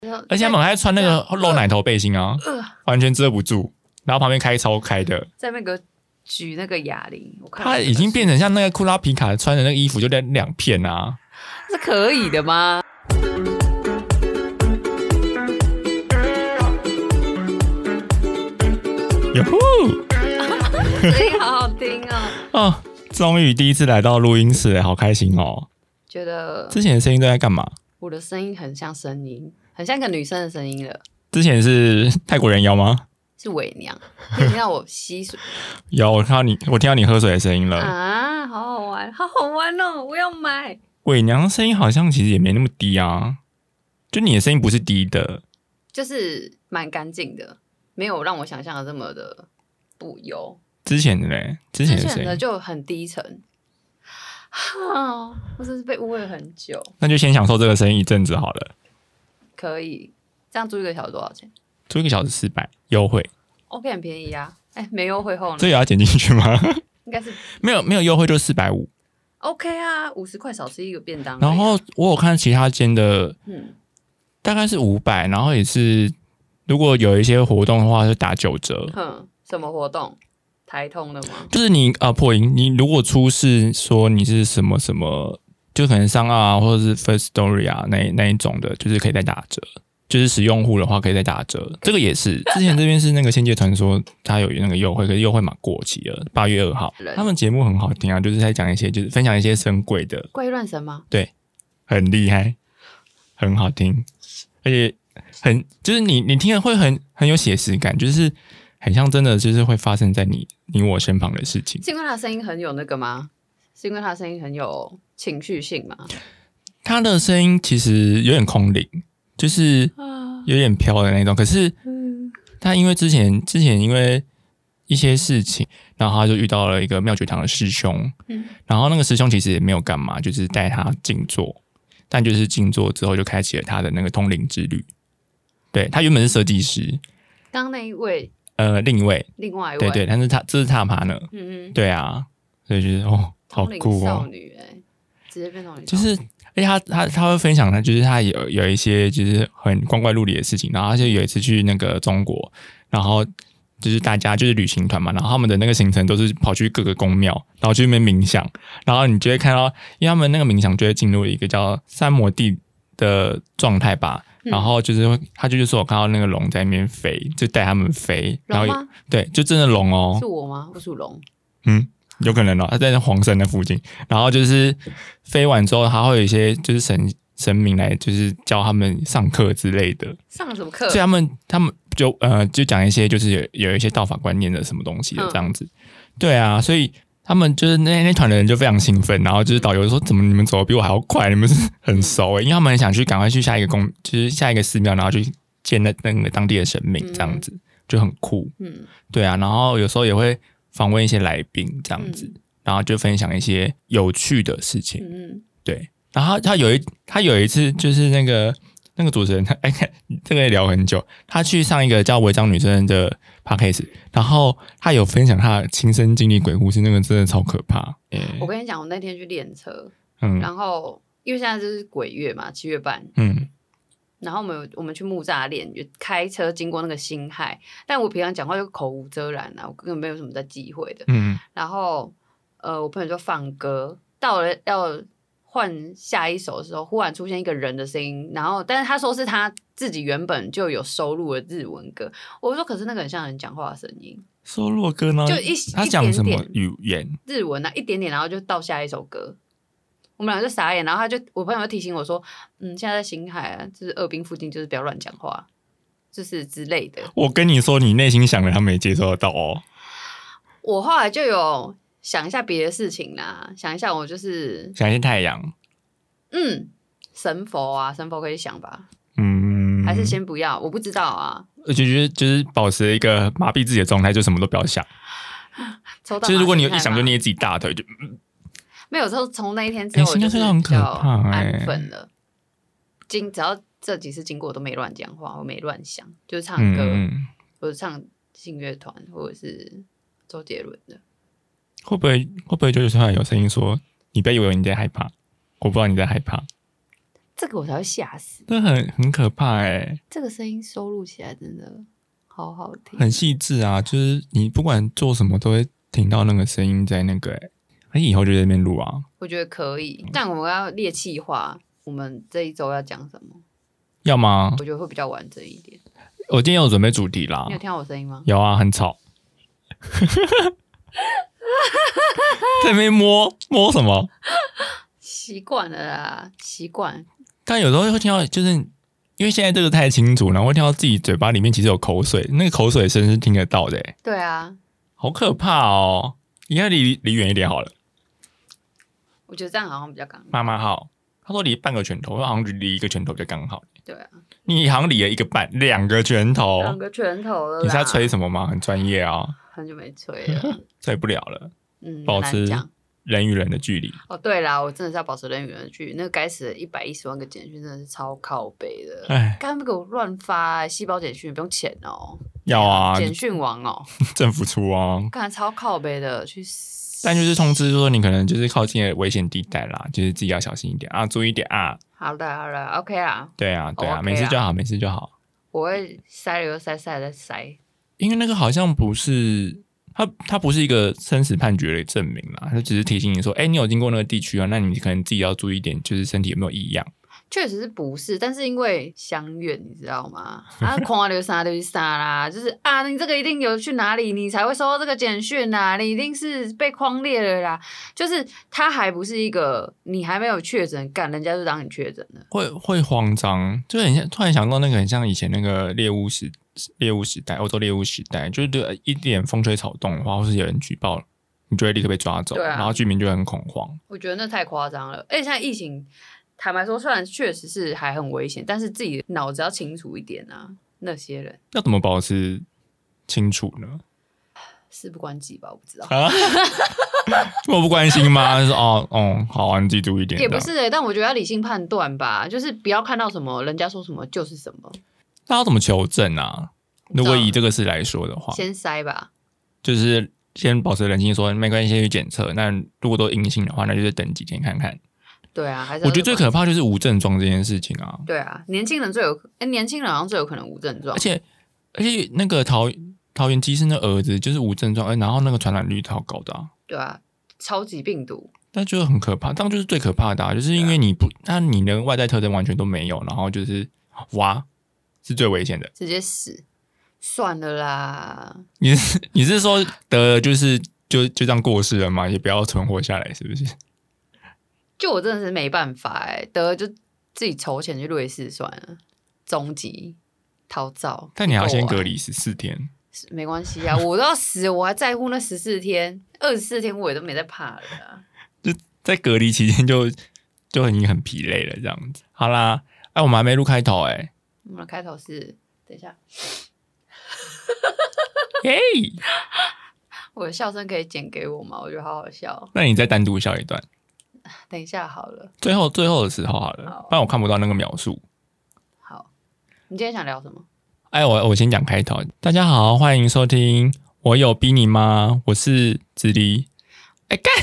而且他们还穿那个露奶头背心啊，完全遮不住，然后旁边开超开的， 在那个举那个哑铃，我看他已经变成像那个库拉皮卡穿的那个衣服就两片啊， 是可以的吗？ 哟呼！ 声音好好听哦！ 哦，终于第一次来到录音室了，好开心哦！ 觉得之前的声音都在干嘛？ 我的声音很像声音，很像一个女生的声音了。 之前是泰国人妖吗？ 是伪娘，你听到我吸水？ 有，我听到你喝水的声音了啊！好好玩，好好玩哦！我要买。 伪娘的声音好像其实也没那么低啊，就你的声音不是低的， 就是蛮干净的，没有让我想象的这么的不优。 之前的嘞，之前的就很低沉。我真是被误会很久。 那就先享受这个声音一阵子好了。 可以，这样租1个小时多少钱？ 租1个小时400，优惠。 OK， 很便宜啊。没优惠后呢？ 这也要剪进去吗？ 应该是没有优惠就450。 OK 啊，50块少吃一个便当。 然后我有看其他间的，大概是500，然后也是如果有一些活动的话是打9折。 什么活动？台通的吗？ 就是你破音，你如果出示说你是什么什么，就可能商啊或者是 First Story 啊那一种的，就是可以再打折。就是使用户的话可以再打折，这个也是。之前这边是那个《仙界传说》，它有那个优惠，可是优惠码过期了，8月2号。他们节目很好听啊，就是在讲一些，就是分享一些神鬼的。 怪异乱神吗？对， 很厉害，很好听，而且就是你听了会很有写实感，就是很像真的就是会发生在你我身旁的事情。 是因为他的声音很有那个吗？是因为他的声音很有情绪性吗？ 他的声音其实有点空灵。就是有点飘的那种，可是他因为之前因为一些事情，然后他就遇到了一个妙觉堂的师兄，然后那个师兄其实也没有干嘛，就是带他静坐，但就是静坐之后就开启了他的那个通灵之旅。对，他原本是设计师， 刚刚那一位另外一位，对，但是这是他partner，对啊，所以就是好酷哦， 少女直接变通灵少女， 就是。而且他会分享，就是他有一些就是很光怪陆离的事情，然后他就有一次去那个中国，然后就是大家就是旅行团嘛，然后他们的那个行程都是跑去各个宫庙，然后去那边冥想，然后你就会看到，因为他们那个冥想就会进入一个叫三摩地的状态吧，然后就是他就是说我看到那个龙在那边飞，就带他们飞，然后对，就真的龙哦， 是我吗？我属龙， 有可能哦，他在黄山的附近，然后就是飞完之后，他会有一些就是神明来，就是教他们上课之类的。 上什么课？ 所以他们就讲一些就是有一些道法观念的什么东西的这样子。对啊，所以他们就是那团的人就非常兴奋，然后就是导游说怎么你们走得比我还要快，你们是很熟因为他们很想去赶快去下一个就是下一个寺庙，然后去见那个当地的神明这样子，就很酷。对啊，然后有时候也会访问一些来宾这样子，然后就分享一些有趣的事情。对。然后他有一次就是那个主持人，这个也聊很久。他去上一个叫违章女生的 podcast， 然后他有分享他的亲身经历鬼故事，那个真的超可怕。 我跟你讲，我那天去练车，然后因为现在就是鬼月嘛，7月半，然后我们去木栅练，就开车经过那个辛亥，但我平常讲话就口无遮拦我根本没有什么在忌讳的。然后我朋友就放歌，到了要换下一首的时候，忽然出现一个人的声音，然后但是他说是他自己原本就有收录的日文歌，我说可是那个很像人讲话的声音， 收录的歌呢？就他讲什么语言？ 日文一点点，然后就到下一首歌。我们俩就傻眼，然后我朋友就提醒我说，现在在辛亥啊，就是二滨附近，就是不要乱讲话，就是之类的。 我跟你说，你内心想的，他没接收得到哦。 我后来就有想一下别的事情啦，想一下我就是想一些太阳， 神佛可以想吧，还是先不要，我不知道啊。 我就觉得就是保持一个麻痹自己的状态，就什么都不要想。就是如果你有一想就捏自己大腿就。 没有，从那一天之后我就是比较安分了。只要这几次经过我都没乱讲话，我没乱想，就是唱歌，或者唱信乐团，或者是周杰伦的。会不会就是突然有声音说你不要以为你在害怕，我不知道你在害怕。 这个我才会吓死， 这很可怕这个声音收录起来真的好好听， 很细致啊，就是你不管做什么都会听到那个声音在那个以后就在那边录啊。 我觉得可以，但我们要列企划，我们这一周要讲什么？ 要吗？ 我觉得会比较完整一点。 我今天有准备主题啦。 你有听到我声音吗？ 有啊，很吵。在那边摸什么？ 习惯了啦，习惯。 但有时候会听到，就是因为现在这个太清楚，然后会听到自己嘴巴里面其实有口水，那个口水声是听得到的。 对啊， 好可怕哦！应该离远一点好了。 我觉得这样好像比较刚好。 妈妈好，他说离半个拳头，我好像离一个拳头比较刚好。 对啊， 你好像离了2个拳头 ，2个拳头了啦。 你是在吹什么吗？很专业啊。 很久没吹了， 吹不了了。保持人与人的距离。 哦，对啦，我真的是要保持人与人的距离。那个该死的110万个简讯真的是超靠北的，刚刚给我乱发细胞简讯，不用钱哦。 要啊， 简讯王哦， 政府出啊， 看超靠北的去。 但就是通知说你可能就是靠近了危险地带啦，就是自己要小心一点啊，注意一点啊。 好的 ，OK 啦。 对啊，没事就好。 我会塞了又塞，塞了再塞。 因为那个好像不是它不是一个生死判决的证明啦，它只是提醒你说，你有经过那个地区啊，那你可能自己要注意一点，就是身体有没有异样。 确实是不是，但是因为相怨，你知道吗？啊，看就啥就啥啦，就是啊，你这个一定有去哪里，你才会收到这个简讯啦，你一定是被匡列了啦。就是他还不是一个，你还没有确诊，干人家就当你确诊了， 会慌张，就很像突然想到那个很像以前那个猎物时代，欧洲猎物时代，就是一点风吹草动的话，或是有人举报，你就会立刻被抓走，然后居民就会很恐慌。 我觉得那太夸张了，而且现在疫情。坦白说，虽然确实是还很危险，但是自己脑子要清楚一点啊。那些人要怎么保持清楚呢？ 事不关己吧，我不知道。 我不关心吗？说好啊，你记住一点。 也不是但我觉得要理性判断吧，就是不要看到什么人家说什么就是什么。 那要怎么求证啊？如果以这个事来说的话， 先筛吧， 就是先保持冷静，说没关系，先去检测。那如果都阴性的话，那就是等几天看看。 对啊，还是我觉得最可怕就是无症状这件事情啊。 对啊，年轻人好像最有可能无症状， 而且那个桃园机师的儿子就是无症状，然后那个传染率超高的啊。 对啊，超级病毒， 那就很可怕，这样就是最可怕的啊，就是因为你的外在特征完全都没有，然后就是是最危险的， 直接死，算了啦。 你是说得了就这样过世了吗？也不要存活下来，是不是？ 就我真的是没办法得了就自己筹钱去瑞士算了，终极逃灶。 但你还要先隔离14天， 没关系啊，我都要死，我还在乎那14天、24天，我也都没在怕了啊。 就在隔离期间就已经很疲累了，这样子。好啦，我们还没录开头我们的开头是等一下，我的笑声可以剪给我吗？我觉得好好笑。 那你再单独笑一段。 等一下好了， 最后的时候好了，不然我看不到那个描述。 好，你今天想聊什么？ 我先讲开头。大家好，欢迎收听。我有逼你吗？我是子离。干！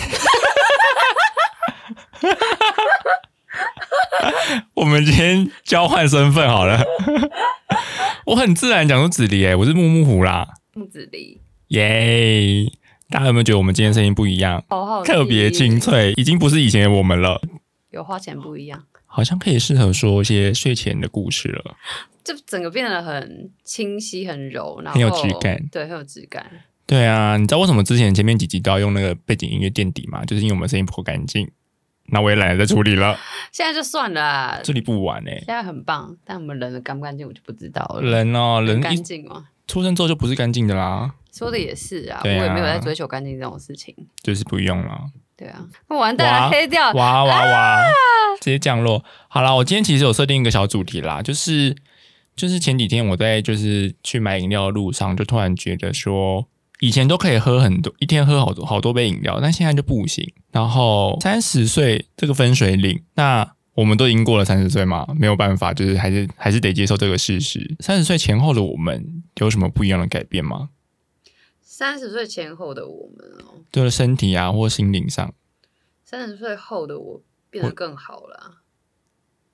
我们今天交换身份好了。我很自然讲出子离，我是木木虎啦。 木子离， 耶！大家有没有觉得我们今天声音不一样？ 好特别清脆，已经不是以前的我们了。 有花钱不一样， 好像可以适合说一些睡前的故事了。 就整个变得很清晰、很柔，然后很有质感。 对，很有质感。 对啊，你知道为什么之前前面几集都要用那个背景音乐垫底吗？就是因为我们声音不够干净。那我也懒得再处理了。 现在就算了啦， 处理不完现在很棒，但我们人的干不干净我就不知道了。 人干净吗？ 出生之后就不是干净的啦。 说的也是啊，我也没有在追求干净这种事情， 就是不用了。 对啊，完蛋了，黑掉， 哇，直接降落。好啦，我今天其实有设定一个小主题啦，就是前几天我在就是去买饮料的路上，就突然觉得说，以前都可以喝很多，一天喝好多杯饮料，但现在就不行。然后30岁这个分水岭，那我们都已经过了30岁嘛，没有办法，就是还是得接受这个事实。30岁前后的我们有什么不一样的改变吗 ？30岁前后的我们就是身体啊或心灵上。 30岁后的我变得更好了。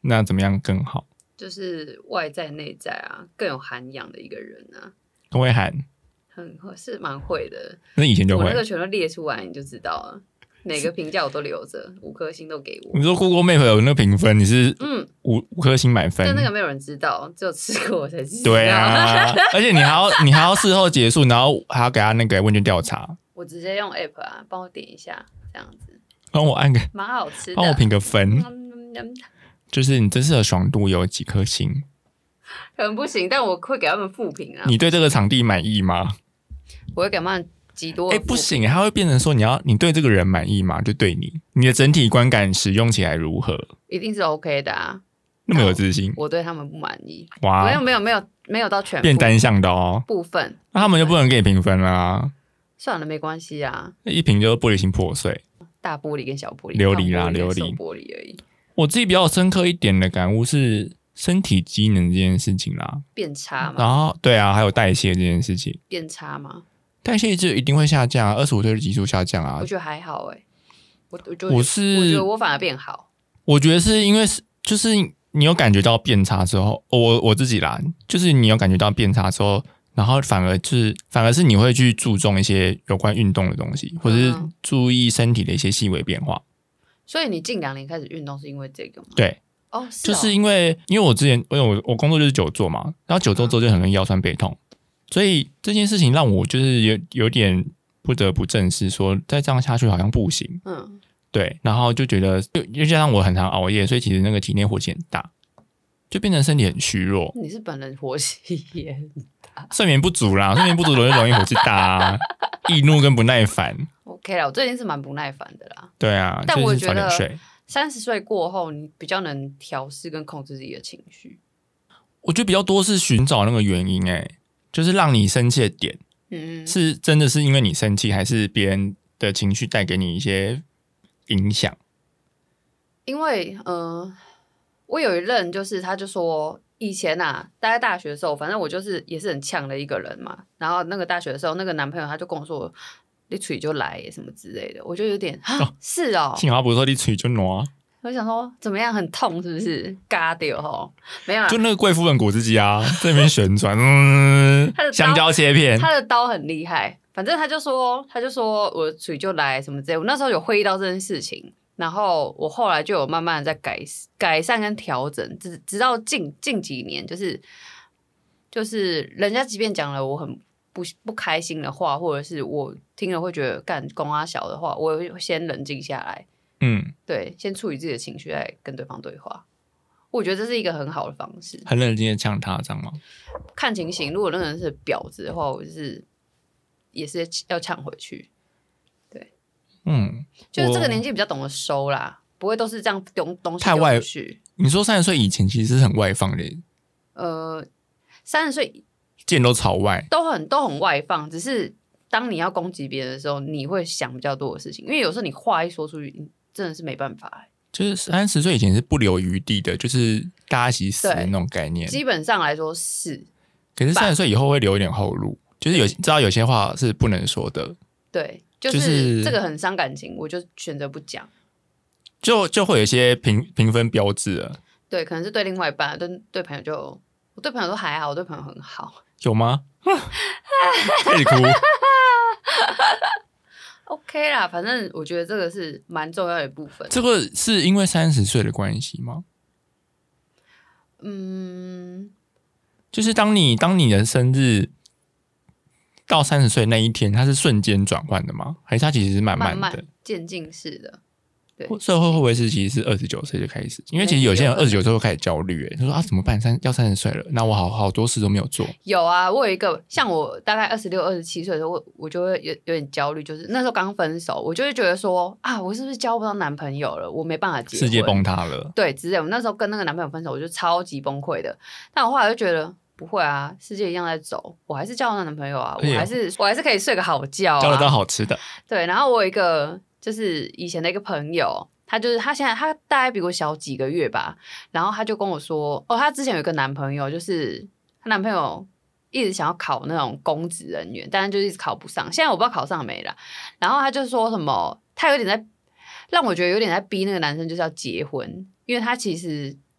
那怎么样更好？ 就是外在内在啊，更有涵养的一个人啊。 很会喊， 是蛮会的。 那以前就会， 我那个全都列出来，你就知道了。每个评价我都留着，5颗星都给我。 你说 Google Map 有那个评分，你是五颗星满分， 但那个没有人知道，只有吃过我才知道。 对啊，而且你还要事后结束，然后还要给他那个问卷调查。 我直接用 App 啊，帮我点一下，这样子。 帮我按个， 蛮好吃的。 帮我评个分，就是你这次的爽度有几颗星？ 可能不行，但我会给他们负评啊。 你对这个场地满意吗？ 我会给他们极多。 不行，它会变成说你对这个人满意吗？就对你的整体观感使用起来如何？ 一定是 OK 的啊。 那么有自信？ 我对他们不满意。 哇， 没有到全部变单向的哦。 部分， 那他们就不能给你评分了啊。 算了，没关系啊。 一评就是玻璃心破碎， 大玻璃跟小玻璃， 琉璃啦，琉璃玻璃而已。 我自己比较深刻一点的感悟是身体机能这件事情啦， 变差嘛。 然后对啊，还有代谢这件事情， 变差吗？ 代谢就一定会下降啊，25岁的激素下降啊。 我觉得还好我觉得我反而变好。我觉得是因为就是你有感觉到变差之后，我自己啦，就是你有感觉到变差之后，然后反而是你会去注重一些有关运动的东西，或者是注意身体的一些细微变化。 所以你近2年开始运动是因为这个吗？ 对，就是因为我之前我工作就是久坐嘛，然后久坐之后就很容易腰酸背痛，所以这件事情让我就是有点不得不正视，说再这样下去好像不行。对，然后就觉得又加上我很常熬夜，所以其实那个体内火气很大，就变成身体很虚弱。 你是本人火气也很大， 睡眠不足啦，睡眠不足容易火气大啊，易怒跟不耐烦。 OK 啦，我最近是蛮不耐烦的啦。 对啊， 但我觉得30岁过后，你比较能调适跟控制自己的情绪。 我觉得比较多是寻找那个原因，就是让你生气的点，是真的是因为你生气，还是别人的情绪带给你一些影响？ 因为我有一任就是他就说，以前啊，大概大学的时候，反正我就是也是很呛的一个人嘛。然后那个大学的时候，那个男朋友他就跟我说，你嘴就来什么之类的，我就有点是哦。 幸好不是说你嘴就挪。 我想说怎么样很痛是不是？嘎掉吼，没有啦， 就那个贵妇人果汁机啊，在那边旋转，香蕉切片， 他的刀很厉害。反正他就说我的嘴就来什么之类的。我那时候有会意到这件事情，然后我后来就有慢慢的在改善跟调整，直到近几年，就是人家即便讲了我很不开心的话，或者是我听了会觉得干公阿小的话，我会先冷静下来，对，先处理自己的情绪，再跟对方对话。我觉得这是一个很好的方式。 很冷静的呛他，这样吗？ 看情形，如果那个人是婊子的话，我也是要呛回去。对，就是这个年纪比较懂得收啦，不会都是这样丢东西丢出去。 你说30岁以前其实是很外放的 ，30岁剑都朝外， 都很外放，只是当你要攻击别人的时候，你会想比较多的事情，因为有时候你话一说出去，真的是没办法。就是 30岁以前是不留余地的，就是大家一起死的那种概念。 基本上来说是， 可是30岁以后会留一点后路，就是知道有些话是不能说的。 对，就是这个很伤感情，我就选择不讲。 就会有一些评分标志了。对， 可能是对另外一半，对朋友我对朋友都还好，我对朋友很好。 有吗？开始哭。 OK 啦，反正我觉得这个是蛮重要的一部分。 这个是因为30岁的关系吗？就是当你的生日到30岁那一天，它是瞬间转换的吗？还是它其实是慢慢的渐进式的？对， 社会会不会是其实是29岁就开始？因为其实有些人29岁会开始焦虑，他说怎么办？要30岁了，那我好多事都没有做。有啊， 我有一个像我大概26、27岁的时候，我就会有点焦虑，就是那时候刚分手，我就会觉得说我是不是交不到男朋友了？我没办法结婚， 世界崩塌了。 对，之类。我那时候跟那个男朋友分手，我就超级崩溃的。但我后来就觉得不会啊，世界一样在走，我还是交到男朋友啊，我还是可以睡个好觉， 交得到好吃的。 对，然后我有一个就是以前的一个朋友。他现在他大概比我小几个月吧，然后他就跟我说，他之前有一个男朋友，就是他男朋友一直想要考那种公职人员，但是就一直考不上。现在我不知道考上没啦。然后他就说什么，他有点在让我觉得有点在逼那个男生就是要结婚，因为他其实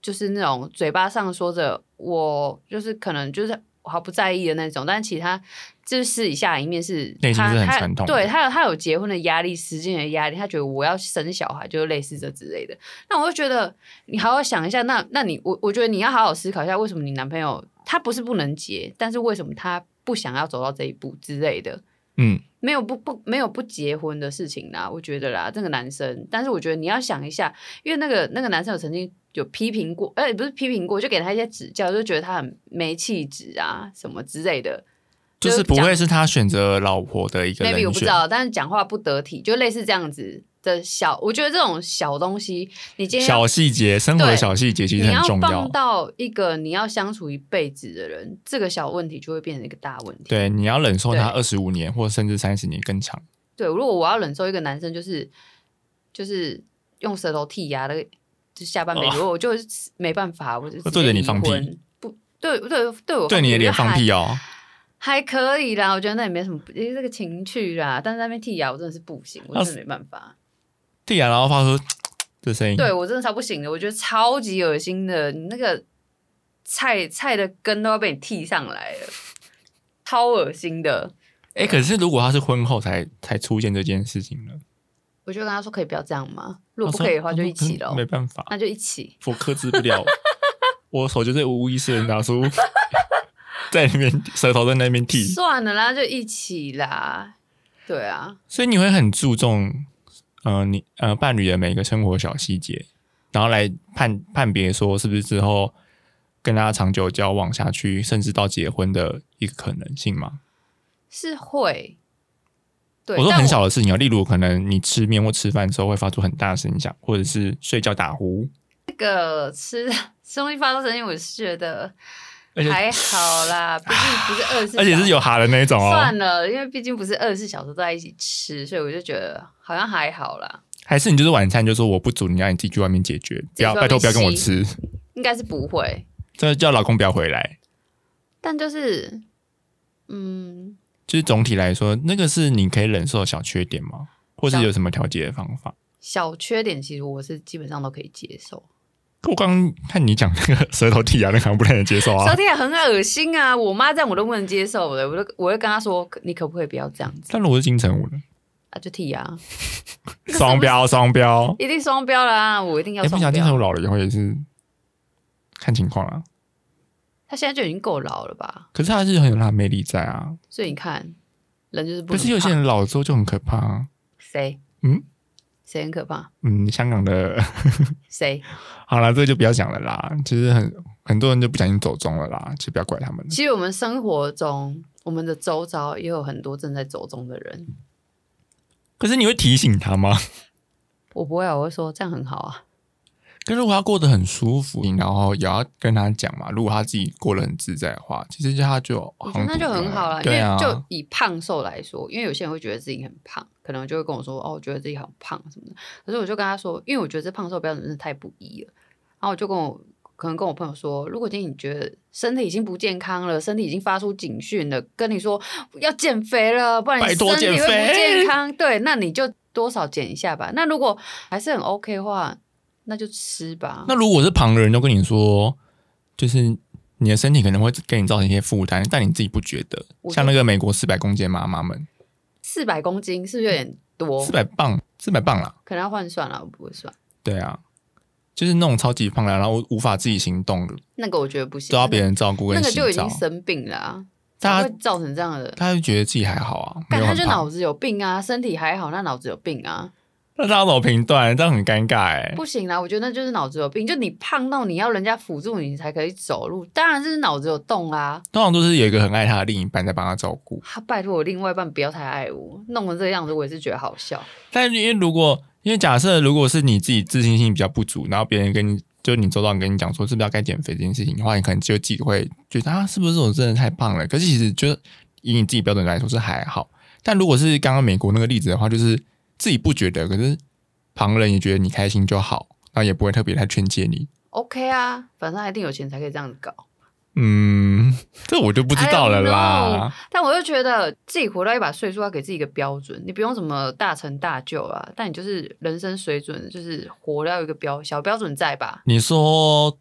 就是那种嘴巴上说着我就是可能就是毫不在意的那种，但其实他就是私底下一面是内心是很传统的， 对他有结婚的压力、时间的压力，他觉得我要生小孩，就是类似这之类的。那我就觉得你好好想一下，那你我觉得你要好好思考一下，为什么你男朋友他不是不能结，但是为什么他不想要走到这一步之类的？没有不结婚的事情啦，我觉得啦，这个男生，但是我觉得你要想一下，因为那个男生有曾经有批评过，不是批评过，就给他一些指教，就觉得他很没气质啊什么之类的， 就是不会是他选择老婆的一个人选 maybe 我不知道，但是讲话不得体，就类似这样子的我觉得这种小东西，你今天小细节，生活的小细节其实很重要。 你要放到一个你要相处一辈子的人，这个小问题就会变成一个大问题。 对，你要忍受他25年或甚至30年更长。 对，如果我要忍受一个男生就是用舌头剔牙的，就下半辈子，我就没办法，我就对着你放屁， 不对我对你的脸放屁哦。 还可以啦，我觉得那也没什么，这个情趣啦。但是那边剔牙，我真的是不行，我真的没办法。 剔牙然后发出这声音， 对我真的超不行的，我觉得超级恶心的。你那个菜的根都要被你剔上来了，超恶心的。 可是如果他是婚后才出现这件事情呢？ 我就跟他说可以不要这样吗？如果不可以的话，就一起咯。 没办法， 那就一起。 我克制不了，我手就是无意识的拿出。在那边舌头在那边剃， 算了啦，就一起啦。对啊， 所以你会很注重你伴侣的每一个生活小细节，然后来判别说是不是之后跟他长久交往下去，甚至到结婚的一个可能性吗？是会。对， 我说很小的事情，例如可能你吃面或吃饭的时候会发出很大的声响，或者是睡觉打呼。 那个吃东西发出声音，我是觉得。还好啦，毕竟不是24小时， 而且是有哈的那一种哦。 算了，因为毕竟不是24小时都在一起吃，所以我就觉得好像还好啦。 还是你就是晚餐就说我不煮，你让你自己去外面解决，拜托不要跟我吃。 应该是不会， 这叫老公不要回来。 但就是就是总体来说，那个是你可以忍受的小缺点吗？或是有什么调节的方法？ 小缺点其实我是基本上都可以接受。 我刚刚看你讲那个舌头剔牙，那可能不太能接受啊。 舌头剔牙很恶心啊，我妈这样我都不能接受的。我会跟她说，你可不可以不要这样子？ 但如果是金城武呢？ 啊，就剔牙， 双标， 一定双标啦！我一定要双标。 不想金城武老了以后也是看情况啦。 他现在就已经够老了吧？ 可是他还是很有他的魅力在啊。 所以你看，人就是不能胖。 可是有些人老了之后就很可怕啊。 谁？谁很可怕？ 香港的谁？ 好了，这个就不要讲了啦。其实很多人就不小心走中了啦，其实不要怪他们。 其实我们生活中，我们的周遭也有很多正在走中的人。 可是你会提醒他吗？ 我不会，我会说这样很好啊。 可是如果他过得很舒服，然后也要跟他讲嘛。如果他自己过得很自在的话，其实他就我觉得那就很好了。 对啊， 因为就以胖瘦来说，因为有些人会觉得自己很胖，可能就会跟我说：“哦，我觉得自己很胖什么的。”可是我就跟他说，因为我觉得这胖瘦标准真的太不一了。然后我就可能跟我朋友说，如果今天你觉得身体已经不健康了，身体已经发出警讯了，跟你说要减肥了，不然你身体会不健康。对，那你就多少减一下吧。那如果还是很 OK 的话，那就吃吧。 那如果是旁人都跟你说，就是你的身体可能会给你造成一些负担，但你自己不觉得？像那个美国400公斤妈妈们 ，400公斤是不是有点多 ？400磅啦， 可能要换算了，我不会算。 对啊，就是那种超级胖啦，然后无法自己行动的， 那个我觉得不行， 都要别人照顾跟洗澡， 那个就已经生病了啊。才会造成这样的， 他就觉得自己还好啊， 但他就脑子有病啊，身体还好，那脑子有病啊。 那他要怎么评断？这样很尴尬不行啦，我觉得那就是脑子有病。就你胖到你要人家辅助你才可以走路，当然是脑子有洞啊。 通常都是有一个很爱他的另一半在帮他照顾。 拜托我另外一半不要太爱我，弄成这个样子我也是觉得好笑。 但因为假设如果是你自己自信心比较不足，然后别人跟你就你周遭人跟你讲说是不是要该减肥这件事情的话，你可能就自己会觉得是不是我真的太胖了？可是其实就以你自己标准来说是还好。但如果是刚刚美国那个例子的话，就是自己不觉得，可是旁人也觉得你开心就好，然后也不会特别太劝诫你。 OK 啊，反正他一定有钱才可以这样子搞。 这我就不知道了啦。 但我就觉得自己活到一把岁数，要给自己一个标准，你不用什么大成大就啊，但你就是人生水准，就是活到一个小标准在吧？ 你说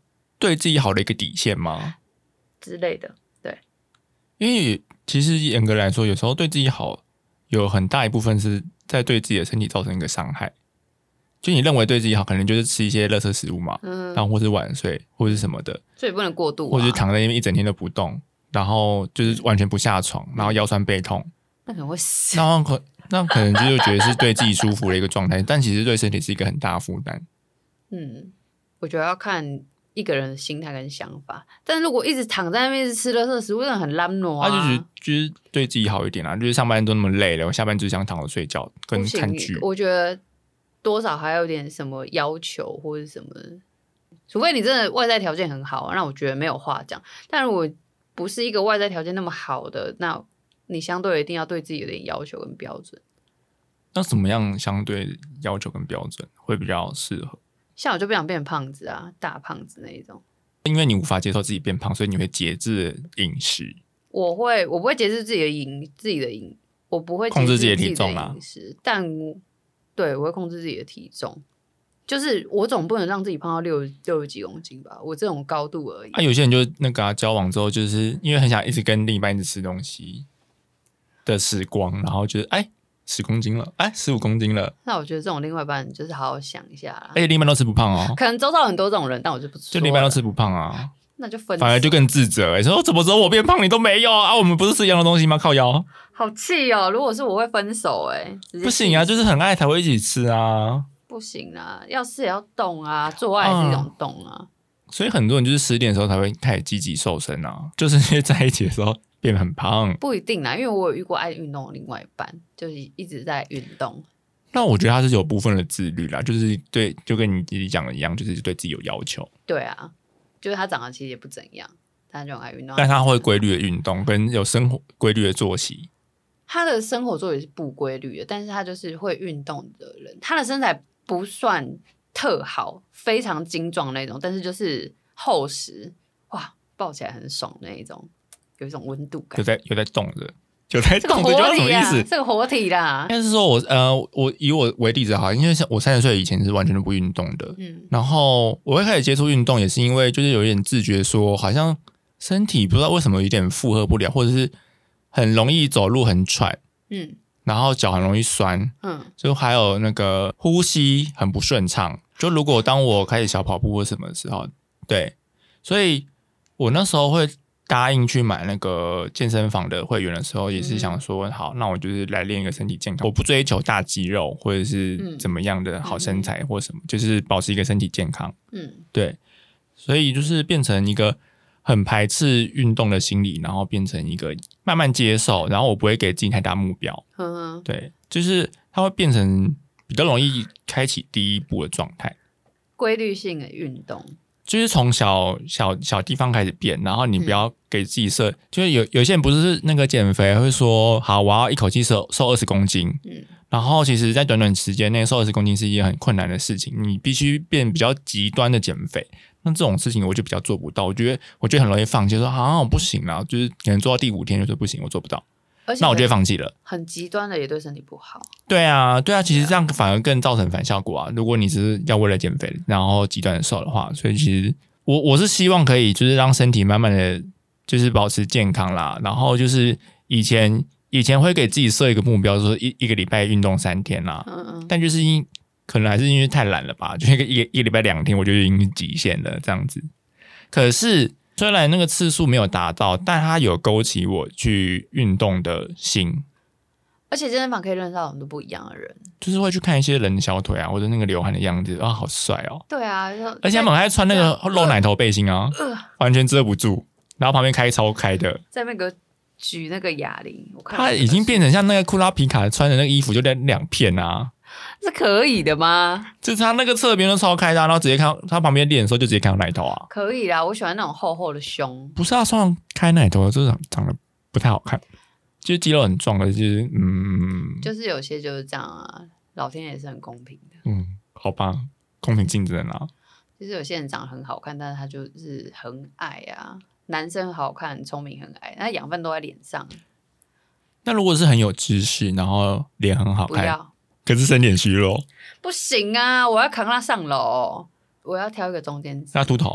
对自己好的一个底线吗？ 之类的，对。 因为其实严格来说，有时候对自己好，有很大一部分是在对自己的身体造成一个伤害。就你认为对自己好，可能就是吃一些垃圾食物嘛，然后或是晚睡，或是什么的， 所以不能过度， 或者躺在那边一整天都不动，然后就是完全不下床，然后腰酸背痛， 那可能会死。 那可能就是觉得是对自己舒服的一个状态，但其实对身体是一个很大的负担。 我觉得要看一个人的心态跟想法，但如果一直躺在那边吃垃圾食物，真的很懒惰啊。 他就是对自己好一点啊，就是上班都那么累了，我下班只想躺着睡觉跟看剧。 我觉得多少还有点什么要求或者什么，除非你真的外在条件很好，那我觉得没有话讲。但如果不是一个外在条件那么好的，那你相对一定要对自己有点要求跟标准。 那什么样相对要求跟标准会比较适合？ 像我就不想变胖子啊，大胖子那一种。 因为你无法接受自己变胖，所以你会节制饮食。 我不会节制自己的饮，我不会控制自己的体重啦。 但对，我会控制自己的体重，就是我总不能让自己胖到60几公斤吧，我这种高度而已。 有些人就那个交往之后，就是因为很想一直跟另一半一直吃东西的时光，然后觉得10公斤了，15公斤了。 那我觉得这种另外一半就是好好想一下啦。 另一半都吃不胖哦， 可能周遭很多这种人，但我就不说了。 就另一半都吃不胖啊， 那就分， 反而就更自责说怎么只有我变胖你都没有啊？我们不是吃一样的东西吗？靠腰， 好气哦！如果是我会分手不行啊，就是很爱才会一起吃啊。 不行啊，要吃也要动啊，做爱也是一种动啊。 所以很多人就是失恋的时候才会开始积极瘦身啊，就是因为在一起的时候变得很胖。 不一定啦，因为我有遇过爱运动的另外一半，就是一直在运动。 那我觉得他是有部分的自律啦，就是对，就跟你弟弟讲的一样，就是对自己有要求。 对啊，就是他长得其实也不怎样，他就很爱运动。 但他会规律的运动，跟有生活规律的作息。 他的生活作息是不规律的，但是他就是会运动的人。他的身材不算特好，非常精壮那种，但是就是厚实，哇，抱起来很爽那一种，有一种温度感。 有在动着。有在动着，叫什么意思？ 这个活体啦。 应该是说我以我为例子好，因为我30岁以前是完全都不运动的，然后我会开始接触运动，也是因为就是有一点自觉说，好像身体不知道为什么有点负荷不了，或者是很容易走路很喘，然后脚很容易酸，就还有那个呼吸很不顺畅。就如果当我开始小跑步或什么的时候，对，所以我那时候会答应去买那个健身房的会员的时候，也是想说，好，那我就是来练一个身体健康。我不追求大肌肉或者是怎么样的好身材或什么，就是保持一个身体健康。对，所以就是变成一个很排斥运动的心理，然后变成一个慢慢接受，然后我不会给自己太大目标。对，就是它会变成比较容易开启第一步的状态。 规律性的运动。 就是从小地方开始变，然后你不要给自己设，就是有些人不是那个减肥会说，好，我要一口气瘦20公斤，然后其实在短短时间内瘦20公斤是一件很困难的事情，你必须变比较极端的减肥，那这种事情我就比较做不到，我觉得很容易放弃，说我不行啦，就是可能做到第5天就说不行，我做不到。那我就会放弃了。 很极端的也对身体不好。 对啊，其实这样反而更造成反效果啊。如果你只是要为了减肥，然后极端的瘦的话，所以其实我是希望可以就是让身体慢慢的就是保持健康啦。然后就是以前会给自己设一个目标，说一个礼拜运动3天啦。但就是可能还是因为太懒了吧，就一个礼拜2天，我觉得已经是极限了这样子。可是虽然那个次数没有达到，但它有勾起我去运动的心。 而且健身房可以认识到很多不一样的人， 就是会去看一些人的小腿啊，或者那个流汗的样子，好帅哦。 对啊， 而且他们还穿那个露奶头背心啊，完全遮不住，然后旁边超开的， 在那个举那个哑铃，我看他已经变成像那个库拉皮卡穿的那个衣服，就在2片啊。 是可以的吗？ 就是他那个侧边都超开的，然后直接看他旁边练的时候就直接看到奶头啊。 可以啦，我喜欢那种厚厚的胸。 不是啊，算开奶头就是长得不太好看，就是肌肉很壮的，就是就是有些就是这样啊，老天爷是很公平的。 好吧，公平竞争啊。 就是有些人长得很好看，但是他就是很矮啊。男生很好看，聪明很矮，那养分都在脸上。 那如果是很有知识，然后脸很好看， 不要。 可是身体虚弱， 不行啊！我要扛他上楼，我要挑一个中间值。 那秃头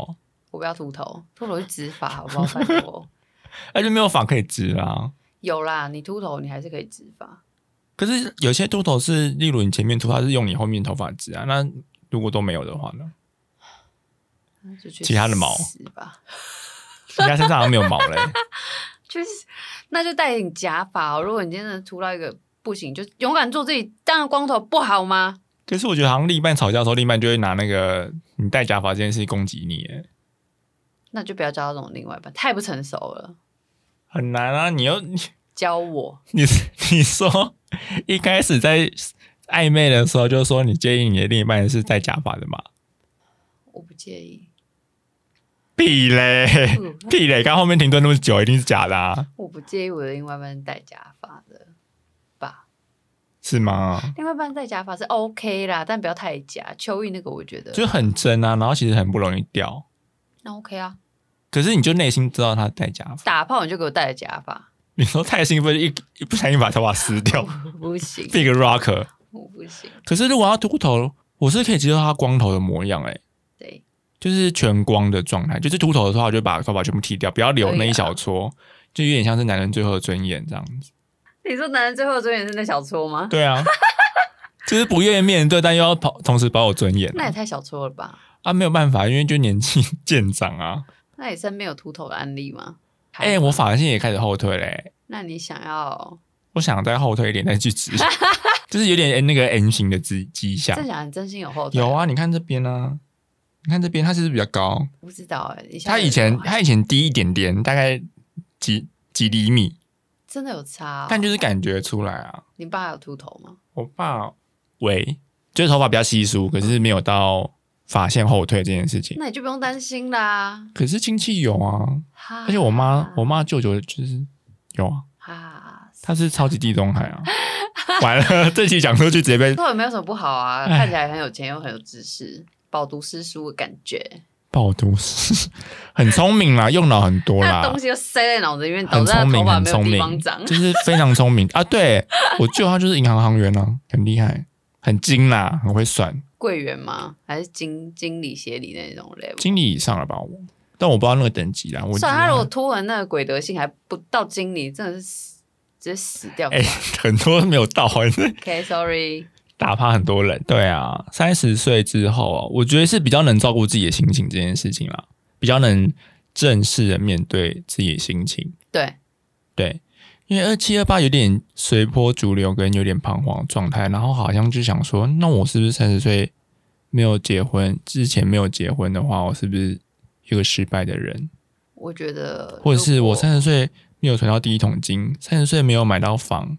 我不要秃头，秃头是植发好不好？拜托。 就没有发可以植啦。 有啦，你秃头你还是可以植发。 可是有些秃头是，例如你前面秃，它是用你后面头发植啊。那如果都没有的话呢？其他的毛其他身上好像没有毛嘞。 就是，那就戴点假发哦。如果你真的秃到一个不行，就勇敢做自己，当然光头不好吗？ 可是我觉得好像另一半吵架的时候，另一半就会拿那个你戴假发这件事攻击你耶。 那就不要交到这种另外一半，太不成熟了。 很难啊！你教我， 你说一开始在暧昧的时候就说你介意你的另一半是戴假发的吗？ 我不介意。 屁嘞，屁嘞！刚后面停顿那么久，一定是假的啊！ 我不介意我的另外一半戴假发的吧？ 是吗？ 另外一半戴假发是 OK 啦，但不要太假。蚯蚓那个我觉得就很真啊，然后其实很不容易掉。 那 OK 啊。 可是你就内心知道他戴假发， 打炮你就给我戴假发。 你说太兴奋，一不小心把头发撕掉， 不行 ，Big Rocker， 我不行。 可是如果要秃头，我是可以接受他光头的模样， 对， 就是全光的状态。就是秃头的话，我就把头发全部剃掉，不要留那一小撮，就有点像是男人最后的尊严这样子。 你说男人最后的尊严是那小撮吗？ 对啊，就是不愿意面对，但又要同时保有尊严， 那也太小撮了吧？ 没有办法，因为就年纪渐长啊。 那你身边有秃头的案例吗？ 我发型也开始后退嘞。 那你想要？ 我想再后退一点再去植，就是有点那个 N 型的迹象。 真假？你真心有后退？ 有啊，你看这边啊，你看这边，它是不是比较高？ 不知道它以前低一点点，大概几厘米。 真的有差但就是感觉出来啊。 你爸有秃头吗？ 我爸就是头发比较稀疏，可是没有到发线后退这件事情。 那你就不用担心啦。 可是亲戚有啊，而且我妈舅舅就是有啊。他是超级地中海啊。完了，这期讲出去直接被。 秃头没有什么不好啊，看起来很有钱又很有知识，饱读诗书的感觉。 饱读诗，很聪明啦，用脑很多啦， 东西就塞在脑子里面，导致他头发没有地方长， 就是非常聪明啊！对，我舅他就是银行行员啊，很厉害，很精啦，很会算。 柜员吗？还是经理、协理那种 level？ 经理以上了吧？但我不知道那个等级啦。 算他如果秃成那个鬼德性还不到经理，真的是直接死掉。 很多没有到。 OK，sorry。 打趴很多人。对啊，30岁之后我觉得是比较能照顾自己的心情这件事情啦，比较能正式的面对自己的心情。对，因为27、28有点随波逐流跟有点彷徨的状态，然后好像就想说，那我是不是30岁没有结婚，之前没有结婚的话，我是不是一个失败的人？ 我觉得， 或者是我30岁没有存到第一桶金，30岁没有买到房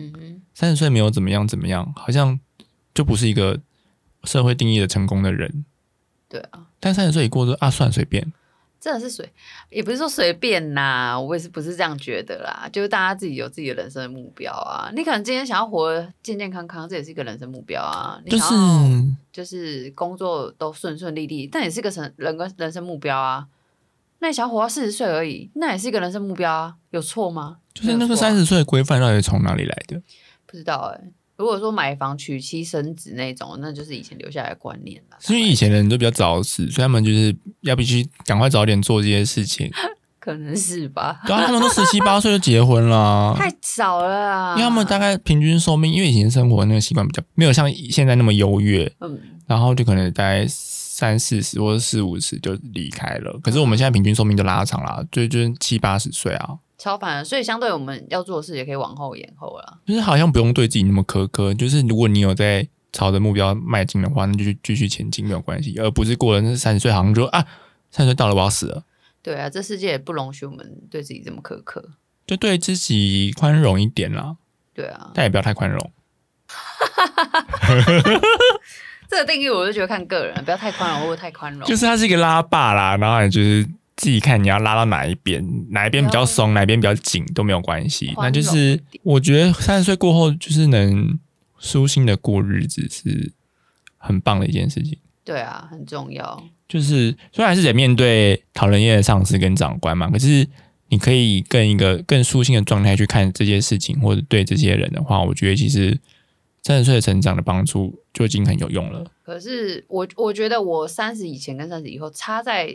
，30岁没有怎么样，好像就不是一个社会定义的成功的人。 对啊， 但30岁一过就算随便。 真的是也不是说随便啦，我也是不是这样觉得啦，就是大家自己有自己的人生的目标啊。你可能今天想要活得健健康康，这也是一个人生目标啊。你想要就是工作都顺顺利利，但也是一个人生目标啊。那你想要活到40岁而已，那也是一个人生目标啊，有错吗？ 就是那个30岁的规范到底从哪里来的？ 不知道如果说买房娶妻生子那种，那就是以前留下来的观念啦。 是因为以前的人都比较早死，所以他们就是必须赶快早点做这些事情。 可能是吧。 对啊，他们都17、18岁就结婚啦， 太早了啊。 因为他们大概平均寿命，因为以前生活那个习惯比较没有像现在那么优越，然后就可能大概30、40或者40、50就离开了。可是我们现在平均寿命就拉长啦，就是70、80岁啊。 超烦的，所以相对我们要做的事也可以往后延后啦。 就是好像不用对自己那么苛刻，就是如果你有在朝着目标迈进的话，那就继续前进没有关系，而不是过了那30岁好像就30岁到了我要死了。对啊，这世界也不容许我们对自己这么苛刻， 就对自己宽容一点啦。 对啊， 但也不要太宽容。 这个定义我就觉得看个人，不要太宽容或太宽容。 就是它是一个拉霸啦，然后也就是自己看你要拉到哪一边比较松，哪一边比较紧都没有关系。那就是我觉得30岁过后就是能舒心的过日子是很棒的一件事情。对啊，很重要。就是虽然是得面对讨人厌的上司跟长官嘛，可是你可以一个更舒心的状态去看这些事情，或者对这些人的话，我觉得其实30岁的成长的帮助就已经很有用了。可是我觉得我30以前跟30以后差在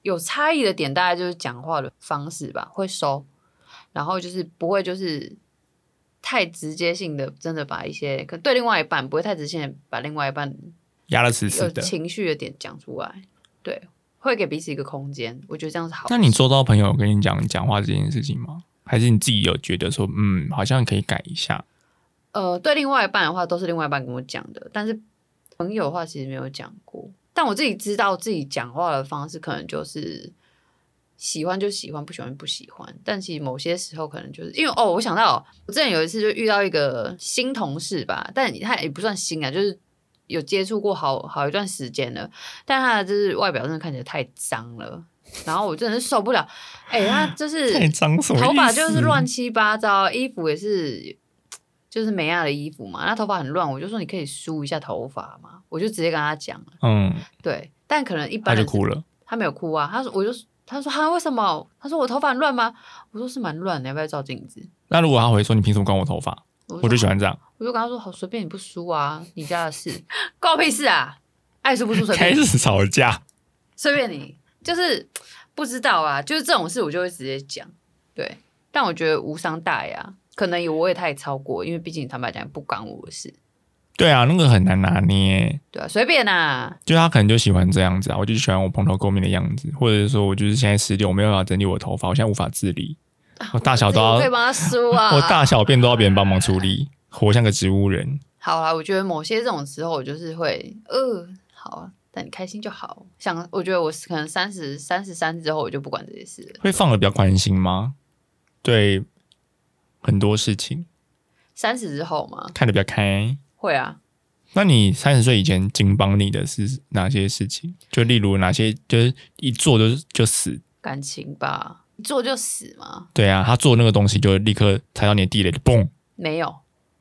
有差异的点大概就是讲话的方式吧，会收，然后就是不会就是太直接性的，真的把一些可对另外一半不会太直接的把另外一半压得死死的有情绪的点讲出来，对，会给彼此一个空间，我觉得这样是好。 那你周遭朋友跟你讲话这件事情吗？还是你自己有觉得说好像可以改一下？ 对另外一半的话都是另外一半跟我讲的，但是朋友的话其实没有讲过。但我自己知道自己讲话的方式可能就是喜欢就喜欢，不喜欢就不喜欢。但其实某些时候可能就是因为我想到我之前有一次就遇到一个新同事吧，但他也不算新啊，就是有接触过好一段时间了，但他的就是外表真的看起来太脏了，然后我真的是受不了。他就是太脏什么意思？ 头发就是乱七八糟，衣服也是就是美亚的衣服嘛，那头发很乱，我就说你可以梳一下头发嘛，我就直接跟他讲了。对，但可能一般人他就哭了， 他没有哭啊，他说为什么？他说我头发很乱吗？我说是蛮乱的，要不要照镜子？ 那如果他回说你凭什么管我头发？我就喜欢这样， 我就跟他说好，随便你不梳啊，你家的事，关我屁事啊，爱梳不梳随便你。 开始吵架， 随便你，就是不知道啊，就是这种事我就会直接讲，对，但我觉得无伤大雅。可能我也太超过，因为毕竟坦白讲不关我的事。 对啊，那个很难拿捏。 对啊，随便啊。 就他可能就喜欢这样子啊，我就喜欢我蓬头垢面的样子，或者是说我就是现在16，我没有办法整理我的头发，我现在无法自理，我大小都要， 我可以帮他梳啊， 我大小便都要别人帮忙处理，活像个植物人。 好啦，我觉得某些这种时候，我就是会好啊，但你开心就好。我觉得我可能33之后，我就不管这些事了。 会放得比较宽心吗？对。很多事情 30之后吗？ 看得比较开， 会啊。 那你30岁以前紧绑你的是哪些事情？就例如哪些就是一做就死？感情吧，一做就死吗？ 对啊，他做那个东西就立刻踩到你的地雷，就嘣。 没有，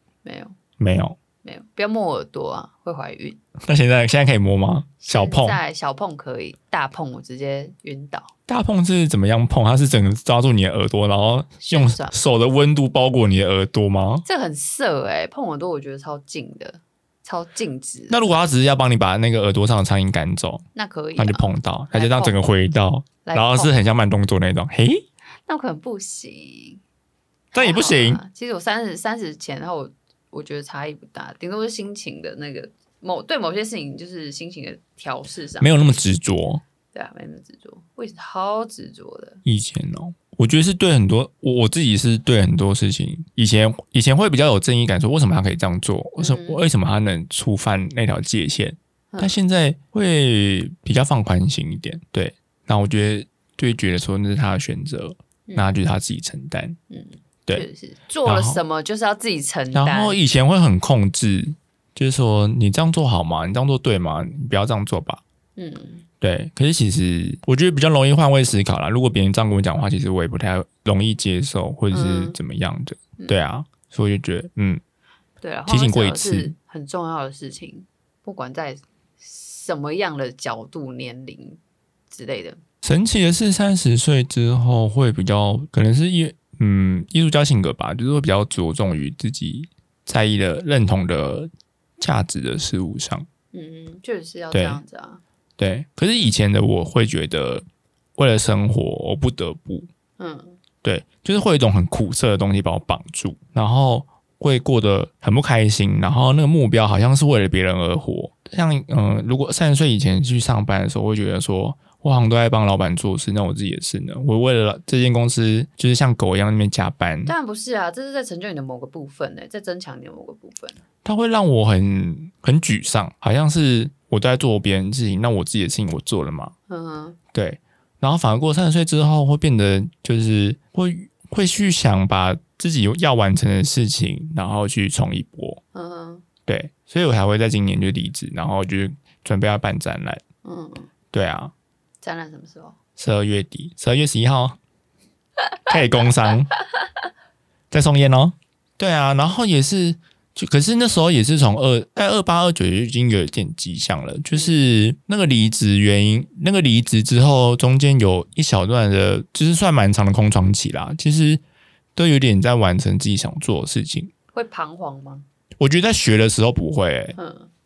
不要摸耳朵啊，会怀孕。 那现在可以摸吗？小碰， 小碰可以，大碰我直接晕倒。 大碰是怎么样碰？它是整个抓住你的耳朵，然后用手的温度包裹你的耳朵吗？ 这很色碰耳朵我觉得超近的，超静止。 那如果他只是要帮你把那个耳朵上的苍蝇赶走， 那可以、 那就碰到，他就让整个回到，然后是很像慢动作那种。嘿， 那我可能不行， 但也不行。 其实我30前，然后我觉得差异不大，顶多是心情的那个对某些事情就是心情的调试上， 没有那么执着。 对啊，没那么执着，我也是超执着的。 以前我觉得是对很多我自己是对很多事情，以前会比较有正义感，说为什么他可以这样做，为什么他能触犯那条界限，但现在会比较放宽心一点。对，那我觉得就会觉得说那是他的选择，那就是他自己承担。对， 是做了什么就是要自己承担。 然后以前会很控制，就是说你这样做好吗？你这样做对吗？你不要这样做吧。对，可是其实我觉得比较容易换位思考啦。如果别人这样跟我讲话，其实我也不太容易接受，或者是怎么样的。对啊，所以我就觉得， 对啊， 提醒过一次很重要的事情，不管在什么样的角度、年龄之类的。 神奇的是，30岁之后会比较，可能是艺术家性格吧，就是会比较着重于自己在意的、认同的价值的事物上。 确实是要这样子啊。 对，可是以前的我会觉得，为了生活我不得不，对，就是会有一种很苦涩的东西把我绑住，然后会过得很不开心，然后那个目标好像是为了别人而活。像如果30岁以前去上班的时候，我会觉得说，我好像都在帮老板做事，那我自己的事呢？我为了这间公司就是像狗一样在那边加班。 当然不是啊，这是在成就你的某个部分在增强你的某个部分。 它会让我很沮丧，好像是我都在做别人的事情，那我自己的事情我做了嘛？对。然后反而过30岁之后，会变得就是会去想把自己要完成的事情，然后去冲一波。对，所以我才会在今年就离职，然后就准备要办展览。对啊。 展览什么时候 ？12月底，12月11号可以工商，再送烟哦。对啊，然后也是，可是那时候也是从在28、29就已经有点迹象了，就是那个离职原因，那个离职之后中间有一小段的，就是算蛮长的空窗期啦。其实都有点在完成自己想做的事情。 会彷徨吗？ 我觉得在学的时候不会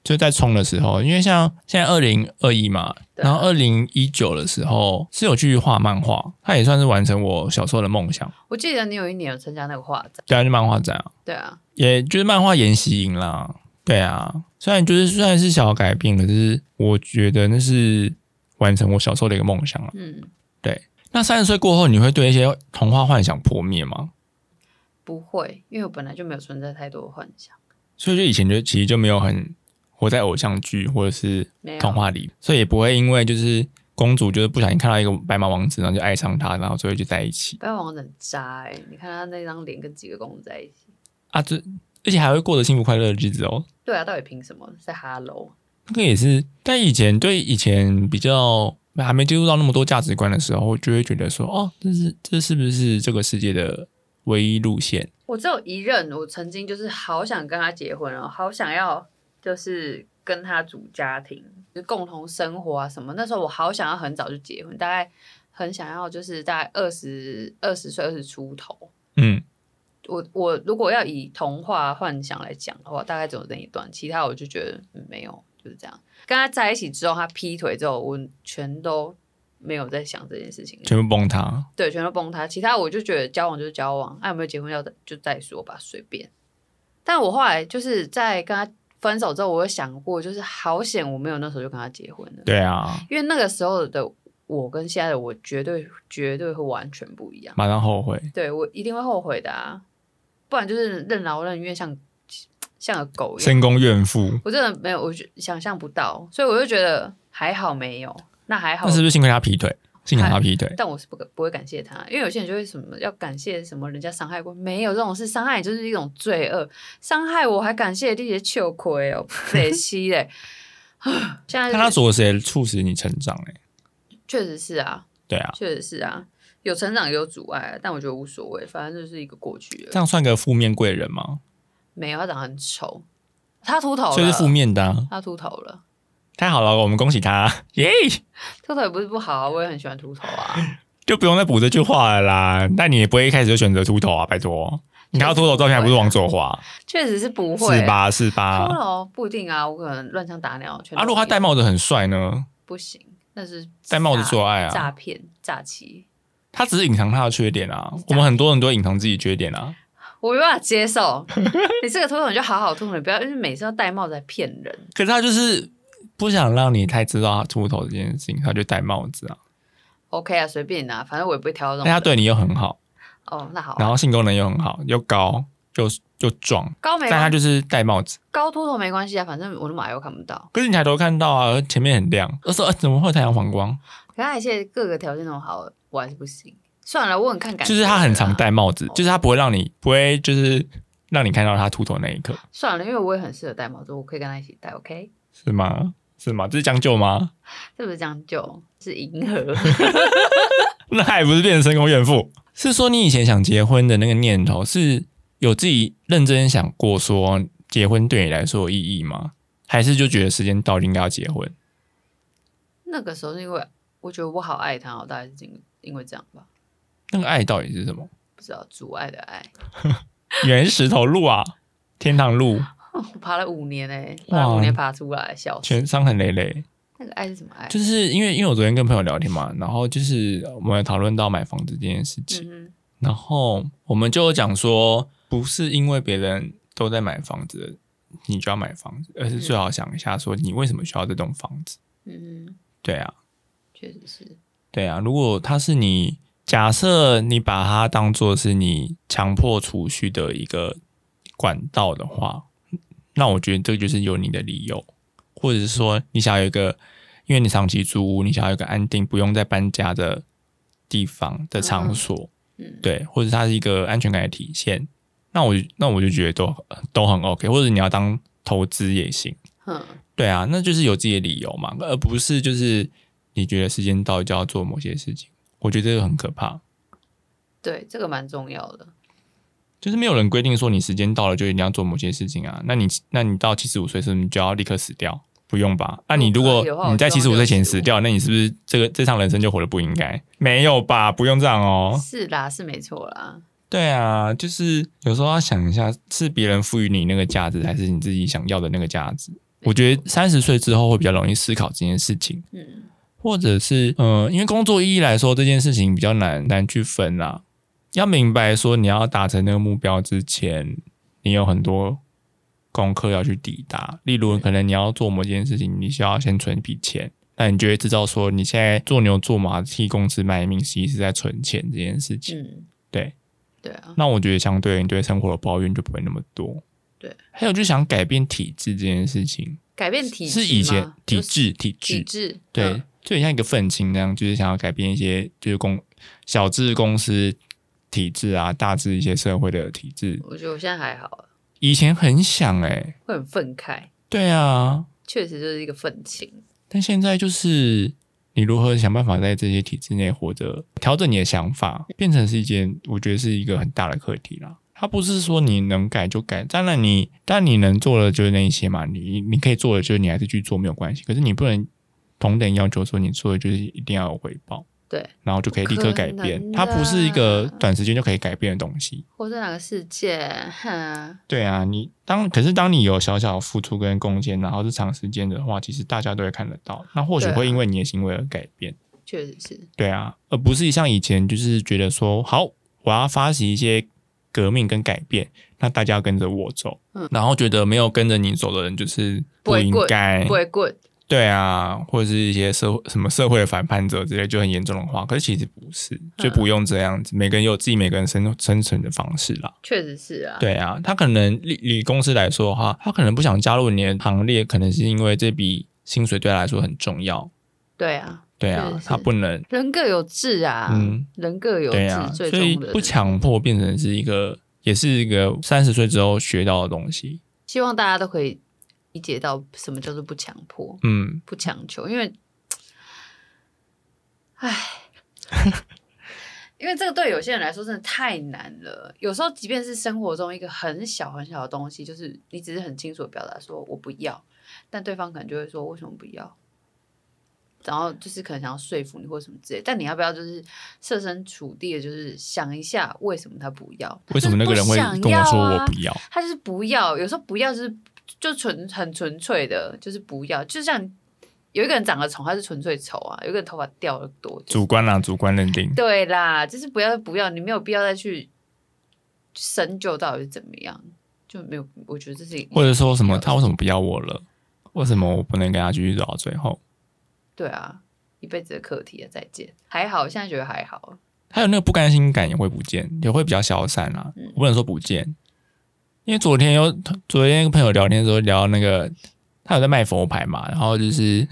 就在冲的时候，因为像现在2021嘛，然后2019的时候是有去画漫画，它也算是完成我小时候的梦想。 我记得你有一年有参加那个画展， 对啊，就漫画展啊。 对啊， 也就是漫画研习营啦。对啊，虽然是小改变，可是我觉得那是完成我小时候的一个梦想了。对。那30岁过后，你会对一些童话幻想破灭吗？ 不会，因为我本来就没有存在太多的幻想， 所以就以前就其实就没有很活在偶像剧或者是童话里，所以也不会因为就是公主就是不小心看到一个白马王子，然后就爱上他，然后最后就在一起。 白马王子很渣你看他那张脸跟几个公主在一起啊，而且还会过得幸福快乐的日子哦。 对啊，到底凭什么在哈喽？ 那个也是，但以前比较还没接触到那么多价值观的时候，就会觉得说，哦，这是不是这个世界的唯一路线？ 我只有一任，我曾经就是好想跟他结婚哦，好想要就是跟他组家庭，就是共同生活啊什么。那时候我好想要很早就结婚，大概很想要就是大概20岁20出头。我如果要以童话幻想来讲的话，大概只有那一段，其他我就觉得没有，就是这样。跟他在一起之后，他劈腿之后，我全都没有在想这件事情， 全部崩塌。对， 全都崩塌。其他我就觉得交往就是交往，有没有结婚就再说吧，随便。但我后来就是在跟他分手之后，我有想过，就是好险我没有那时候就跟他结婚了。 对啊， 因为那个时候的我跟现在的我绝对会完全不一样， 马上后悔。对， 我一定会后悔的啊，不然就是任劳任怨，像个狗一样， 深宫怨妇。我真的没有，我想象不到，所以我就觉得还好没有。那还好， 那是不是幸亏他劈腿？幸好他劈腿， 但我是不会感谢他，因为有些人就会什么要感谢什么人家伤害过，没有这种事，伤害就是一种罪恶，伤害我还感谢你的糗亏哦，北七嘞。现在他做的事促使你成长确实是啊， 对啊， 确实是啊，有成长也有阻碍，但我觉得无所谓，反正就是一个过去了。 这样算个负面贵人吗？ 没有，他长得很丑，他秃头了， 所以是负面的啊， 他秃头了。 太好了，我们恭喜他，耶！ 秃头也不是不好，我也很喜欢秃头啊， 就不用再补这句话了啦。但你也不会一开始就选择秃头啊，拜托。你看到秃头照片还不是往左滑？ 确实是不会， 是吧？ 秃头不一定啊，我可能乱枪打鸟。 如果他戴帽子很帅呢？ 不行，那是戴帽子做爱啊， 诈骗、诈欺。 他只是隐藏他的缺点啊，我们很多人都隐藏自己缺点啊。 我没办法接受，你这个秃头你就好好秃头，你不要就是每次要戴帽子来骗人。 可是他就是不想让你太知道他秃头这件事情，他就戴帽子啊。 OK 啊，随便啊，反正我也不会挑这种。 但他对你又很好哦，那好啊。 然后性功能又很好，又高又壮， 高没？ 但他就是戴帽子。 高秃头没关系啊，反正我那么矮又看不到。 可是你抬头看到啊，前面很亮。我说怎么会有太阳反光？ 可是他现在各个条件那么好，我还是不行。算了，我很看感觉。 就是他很常戴帽子，就是他不会让你就是让你看到他秃头那一刻。 算了，因为我也很适合戴帽子，我可以跟他一起戴 ，OK？ 是吗？这是将就吗？ 这不是将就，是迎合。 那还不是变成深宫怨妇？是说你以前想结婚的那个念头，是有自己认真想过说结婚对你来说有意义吗？还是就觉得时间到应该要结婚？ 那个时候是因为我觉得我好爱他，我大概是因为这样吧。 那个爱到底是什么？ 不知道，阻碍的爱。 原来是石头路啊，天堂路。 我爬了5年爬了5年爬出来，笑死， 全伤痕累累。 那个爱是什么爱？ 就是因为我昨天跟朋友聊天嘛，然后就是我们讨论到买房子这件事情，然后我们就讲说，不是因为别人都在买房子，你就要买房子，而是最好想一下说，你为什么需要这栋房子？对啊， 确实是。 对啊，如果他是你，假设你把它当作是你强迫储蓄的一个管道的话，那我觉得这就是有你的理由，或者是说你想要有一个，因为你长期租屋，你想要有一个安定不用再搬家的地方的场所，对，或者它是一个安全感的体现，那我就觉得都很 OK， 或者你要当投资也行，对啊，那就是有自己的理由嘛，而不是就是你觉得时间到就要做某些事情，我觉得这个很可怕。 对，这个蛮重要的。 就是没有人规定说你时间到了就一定要做某些事情啊。那你到75岁是不是你就要立刻死掉？不用吧？那你如果你在75岁前死掉，那你是不是这场人生就活得不应该？没有吧？不用这样哦。 是啦，是没错啦。 对啊，就是有时候要想一下，是别人赋予你那个价值，还是你自己想要的那个价值？ 我觉得30岁之后会比较容易思考这件事情，或者是因为工作意义来说，这件事情比较难去分啦。要明白说你要达成那个目标之前，你有很多功课要去抵达。例如，可能你要做某件事情，你需要先存一笔钱，那你就会知道说你现在做牛做马替公司卖命，其实是在存钱这件事情。对啊。 那我觉得相对你对生活的抱怨就不会那么多。 对， 还有就想改变体制这件事情。 改变体制是以前体制，对，就很像一个愤青那样，就是想要改变一些就是小制公司体制啊，大制一些社会的体制。 我觉得我现在还好， 以前很想会很愤慨。对啊， 确实就是一个愤青。 但现在就是你如何想办法在这些体制内活着，调整你的想法，变成是一件我觉得是一个很大的课题啦。它不是说你能改就改，当然你能做的就是那一些嘛，你可以做的就是你还是去做没有关系，可是你不能同等要求说你做的就是一定要有回报， 对， 然后就可以立刻改变，它不是一个短时间就可以改变的东西。 或者哪个世界， 对啊，可是当你有小小的付出跟贡献，然后是长时间的话，其实大家都会看得到，那或许会因为你的行为而改变。 确实是。 对啊，而不是像以前就是觉得说好，我要发起一些革命跟改变，那大家要跟着我走，然后觉得没有跟着你走的人就是不应该， 不会 good。 对啊，或者是一些什么社会的反叛者之类就很严重的话，可是其实不是，就不用这样子，每个人有自己每个人生存的方式啦。 确实是啊。 对啊，他可能以公司来说的话，他可能不想加Ru你的行列，可能是因为这笔薪水对他来说很重要。 对啊。 对啊，他不能人各有志啊，人各有志，对啊， 所以不强迫变成是也是一个30岁之后学到的东西。 希望大家都可以理解到什么叫做不强迫，不强求，因为，因为这个对有些人来说真的太难了。有时候，即便是生活中一个很小很小的东西，就是你只是很清楚的表达说我不要，但对方可能就会说为什么不要？然后就是可能想要说服你或什么之类，但你要不要就是设身处地的，就是想一下为什么他不要？ 为什么那个人会跟我说我不要？ 他就是不要，有时候不要就很纯粹的，就是不要。就像有一个人长得丑，他是纯粹丑啊；有一个人头发掉的多，就是， 主观啦，主观认定。 对啦，就是不要，你没有必要再去深究到底是怎么样，就没有。我觉得这是或者说什么他为什么不要我了？为什么我不能跟他继续走到最后？ 对啊，一辈子的课题啊，再见。还好，现在觉得还好。 还有那个不甘心感也会不见，也会比较消散啦。我不能说不见，因为昨天跟朋友聊天的时候聊那个，他有在卖佛牌嘛，然后就是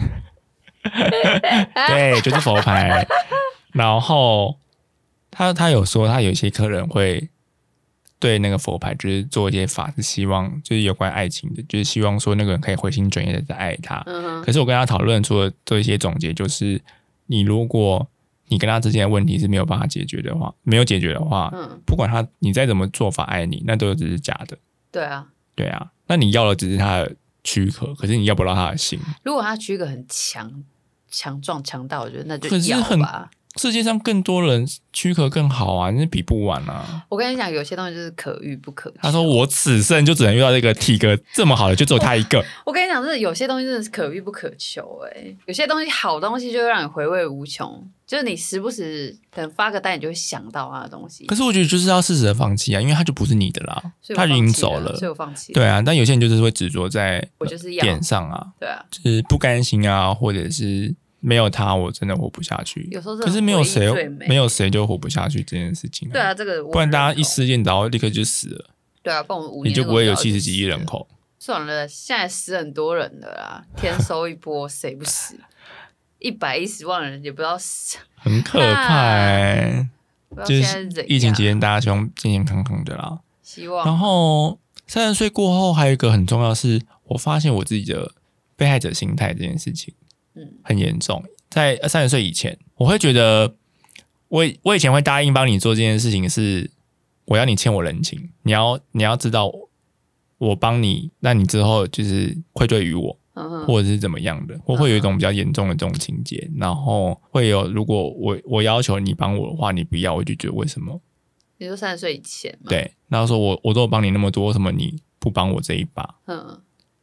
对，就是佛牌。然后他有说，他有一些客人会对那个佛牌就是做一些法，是希望就是有关爱情的，就是希望说那个人可以回心转意的在爱他。可是我跟他讨论出了做一些总结，就是如果你跟他之间的问题是没有办法解决的话，不管你再怎么做法爱你，那都只是假的。 对啊， 对啊，那你要的只是他的躯壳，可是你要不到他的心。 如果他躯壳很强壮强大，我觉得那就要吧。 世界上更多人躯壳更好啊，那比不完啊！ 我跟你讲，有些东西就是可遇不可求。 他说我此生就只能遇到这个体格这么好的，就只有他一个。 我跟你讲，真的有些东西真的是可遇不可求有些东西好东西就会让你回味无穷，就是你时不时等发个呆，你就会想到他的东西。 可是我觉得就是要适时的放弃啊，因为他就不是你的啦，他已经走了， 所以我放弃了。 对啊，但有些人就是会执着在我就是要点上啊， 对啊， 就是不甘心啊，或者是没有他我真的活不下去。 有时候可是没有谁就活不下去这件事情对啊，这个不然大家一失恋然后立刻就死了。 对啊，不然我们5 年你就不会有70几亿人口。 算了，现在死很多人了啦，天收一波谁不死？110万人也不知道死， 很可怕就是疫情期间大家希望健健康康的啦， 希望。 然后30岁过后还有一个很重要的是，我发现我自己的被害者心态这件事情很严重。在30岁以前，我会觉得我以前会答应帮你做这件事情是我要你欠我人情，你要知道我帮你，那你之后就是愧对于我，或者是怎么样的，或会有一种比较严重的这种情节。然后会有，如果我要求你帮我的话，你不要，我就觉得为什么？ 你说30岁以前吗？ 对，然后说我都有帮你那么多，为什么你不帮我这一把？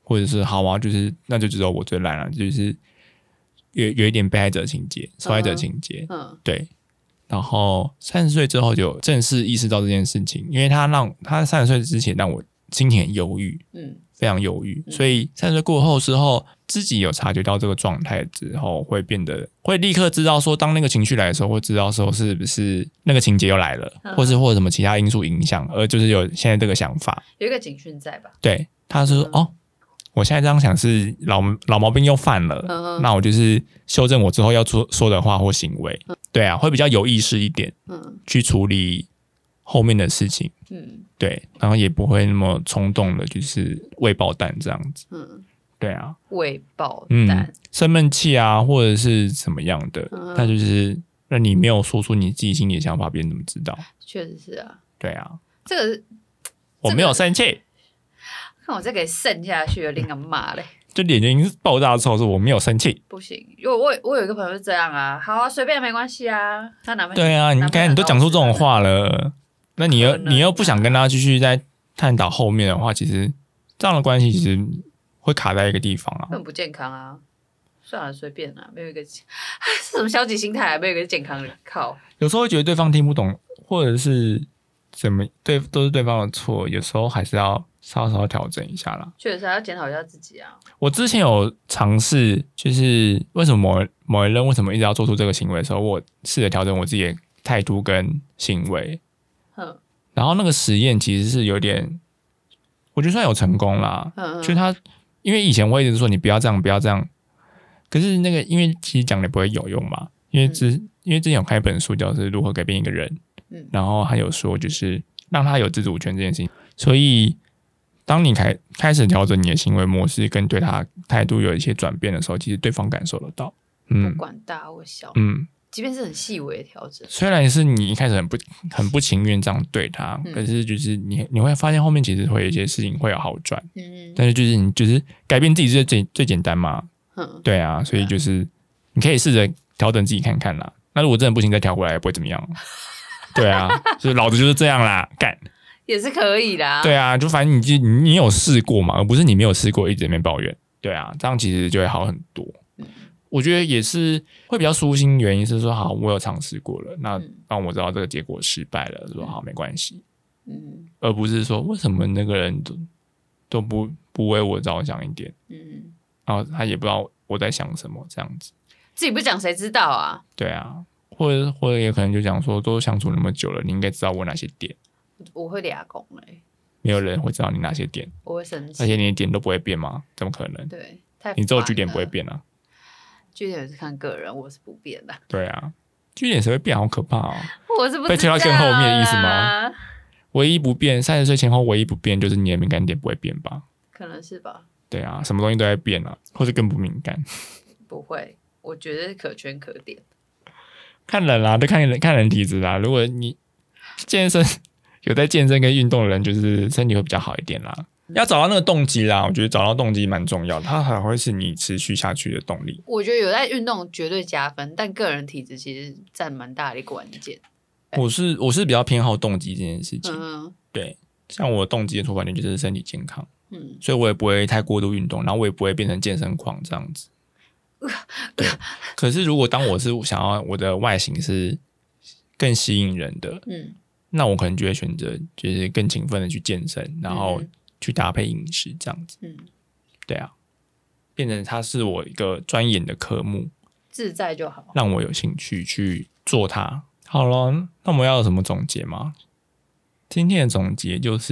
或者是好啊，就是那就只有我最烂了，就是有一点被害者情节、受害者情节，对。然后30岁之后就正式意识到这件事情，因为他30岁之前让我心情很忧郁，非常忧郁，所以30岁过后之后，自己有察觉到这个状态之后，会立刻知道说，当那个情绪来的时候，会知道说是不是那个情节又来了，或者什么其他因素影响，而就是有现在这个想法， 有一个警讯在吧？ 对，他是说我现在这样想是老毛病又犯了，那我就是修正我之后要说的话或行为，对啊，会比较有意识一点，去处理后面的事情，对，然后也不会那么冲动的，就是未爆弹这样子，对啊， 未爆弹， 生闷气啊，或者是怎么样的，那就是让你没有说出你自己心里的想法，别人怎么知道？ 确实是啊， 对啊， 我没有生气。 看我再给渗下去了，令人骂嘞！ 就脸就已经是爆炸之后，说我没有生气， 不行，因为我有一个朋友是这样啊，好啊，随便没关系啊，他男朋友对啊，你都讲出这种话了，那你又不想跟他继续再探讨后面的话，其实这样的关系其实会卡在一个地方啊， 很不健康啊。算了，随便啦，没有一个是什么消极心态啊，没有一个健康的靠。 有时候会觉得对方听不懂，或者是怎么都是对方的错，有时候还是要稍稍调整一下啦。 确实要检讨一下自己啊。 我之前有尝试，就是为什么某一人为什么一直要做出这个行为的时候，我试着调整我自己的态度跟行为。然后那个实验其实是有点，我觉得算有成功啦。就是他，因为以前我一直说你不要这样，不要这样。可是那个，因为其实讲的不会有用嘛，因为之前有看一本书叫是如何改变一个人，然后还有说就是让他有自主权这件事情，所以当你开始调整你的行为模式跟对他态度有一些转变的时候，其实对方感受得到， 不管大或小，即便是很细微的调整， 虽然是你一开始很不情愿这样对他，可是就是你会发现后面其实会有一些事情会有好转，但是就是你就是改变自己是最简单嘛。对啊，所以就是你可以试着调整自己看看啦。那如果真的不行，再调回来也不会怎么样。对啊，就是老子就是这样啦，干也是可以啦。 对啊，就反正你有试过嘛，而不是你没有试过一直在那边抱怨。对啊，这样其实就会好很多。我觉得也是会比较舒心，原因是说好，我有尝试过了，那让我知道这个结果失败了，说好没关系。而不是说为什么那个人都不为我着想一点。然后他也不知道我在想什么，这样子自己不讲谁知道啊？ 对啊，或者也可能就讲说，都相处那么久了，你应该知道我哪些点。 我会俩公没有人会知道你哪些点， 我会生气， 而且你的点都不会变吗？怎么可能？ 对， 你只有据点不会变啊。 据点是看个人，我是不变的。 对啊，据点谁会变？好可怕哦！ 我是不被推到更后面的意思吗？唯一不变，30岁前后唯一不变就是你的敏感点不会变吧？ 可能是吧。对啊，什么东西都在变啊，或者更不敏感。 不会，我觉得可圈可点。 看人啦，就看人体质啦。如果你健身有在健身跟运动的人，就是身体会比较好一点啦。要找到那个动机啦，我觉得找到动机蛮重要的，它还会是你持续下去的动力。 我觉得有在运动绝对加分，但个人体质其实占蛮大的一个关键。 我是比较偏好动机这件事情。对，像我动机的出发点就是身体健康。所以我也不会太过度运动，然后我也不会变成健身狂这样子。对，可是如果当我是想要我的外形是更吸引人的，那我可能就会选择就是更勤奋的去健身，然后去搭配饮食这样子。对啊，变成它是我一个专研的科目， 自在就好， 让我有兴趣去做它。好了，那我们要有什么总结吗？今天的总结就是。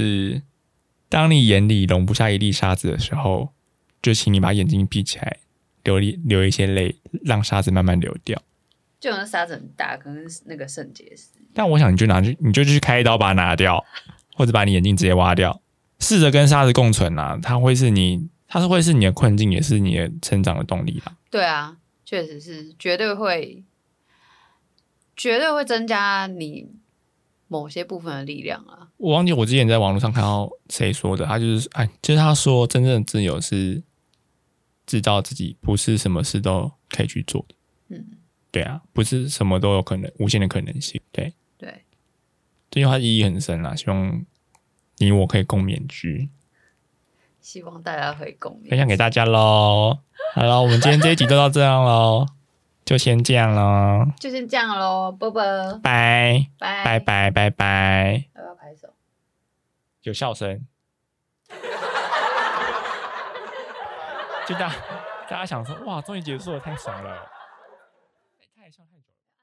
当你眼里容不下一粒沙子的时候，就请你把眼睛闭起来，流一些泪，让沙子慢慢流掉。 就那沙子很大，可能是那个肾结石。 但我想你就去开一刀把它拿掉，或者把你眼睛直接挖掉，试着跟沙子共存啊！它会是你的困境，也是你的成长的动力啦。 对啊，确实是，绝对会增加你某些部分的力量啊。 我忘记我之前在网络上看到谁说的，他就是他说真正的自由是知道自己不是什么事都可以去做的。对啊，不是什么都有可能，无限的可能性。对，这句话意义很深啦，希望你我可以共勉之。 希望大家可以共鸣， 分享给大家咯。好了，我们今天这一集就到这样咯，就先这样咯， 就先这样咯，啵啵， 拜拜拜拜拜拜， 要不要拍手？ 有笑声，就大家想说，哇，终于结束了，太爽了，太笑太久了。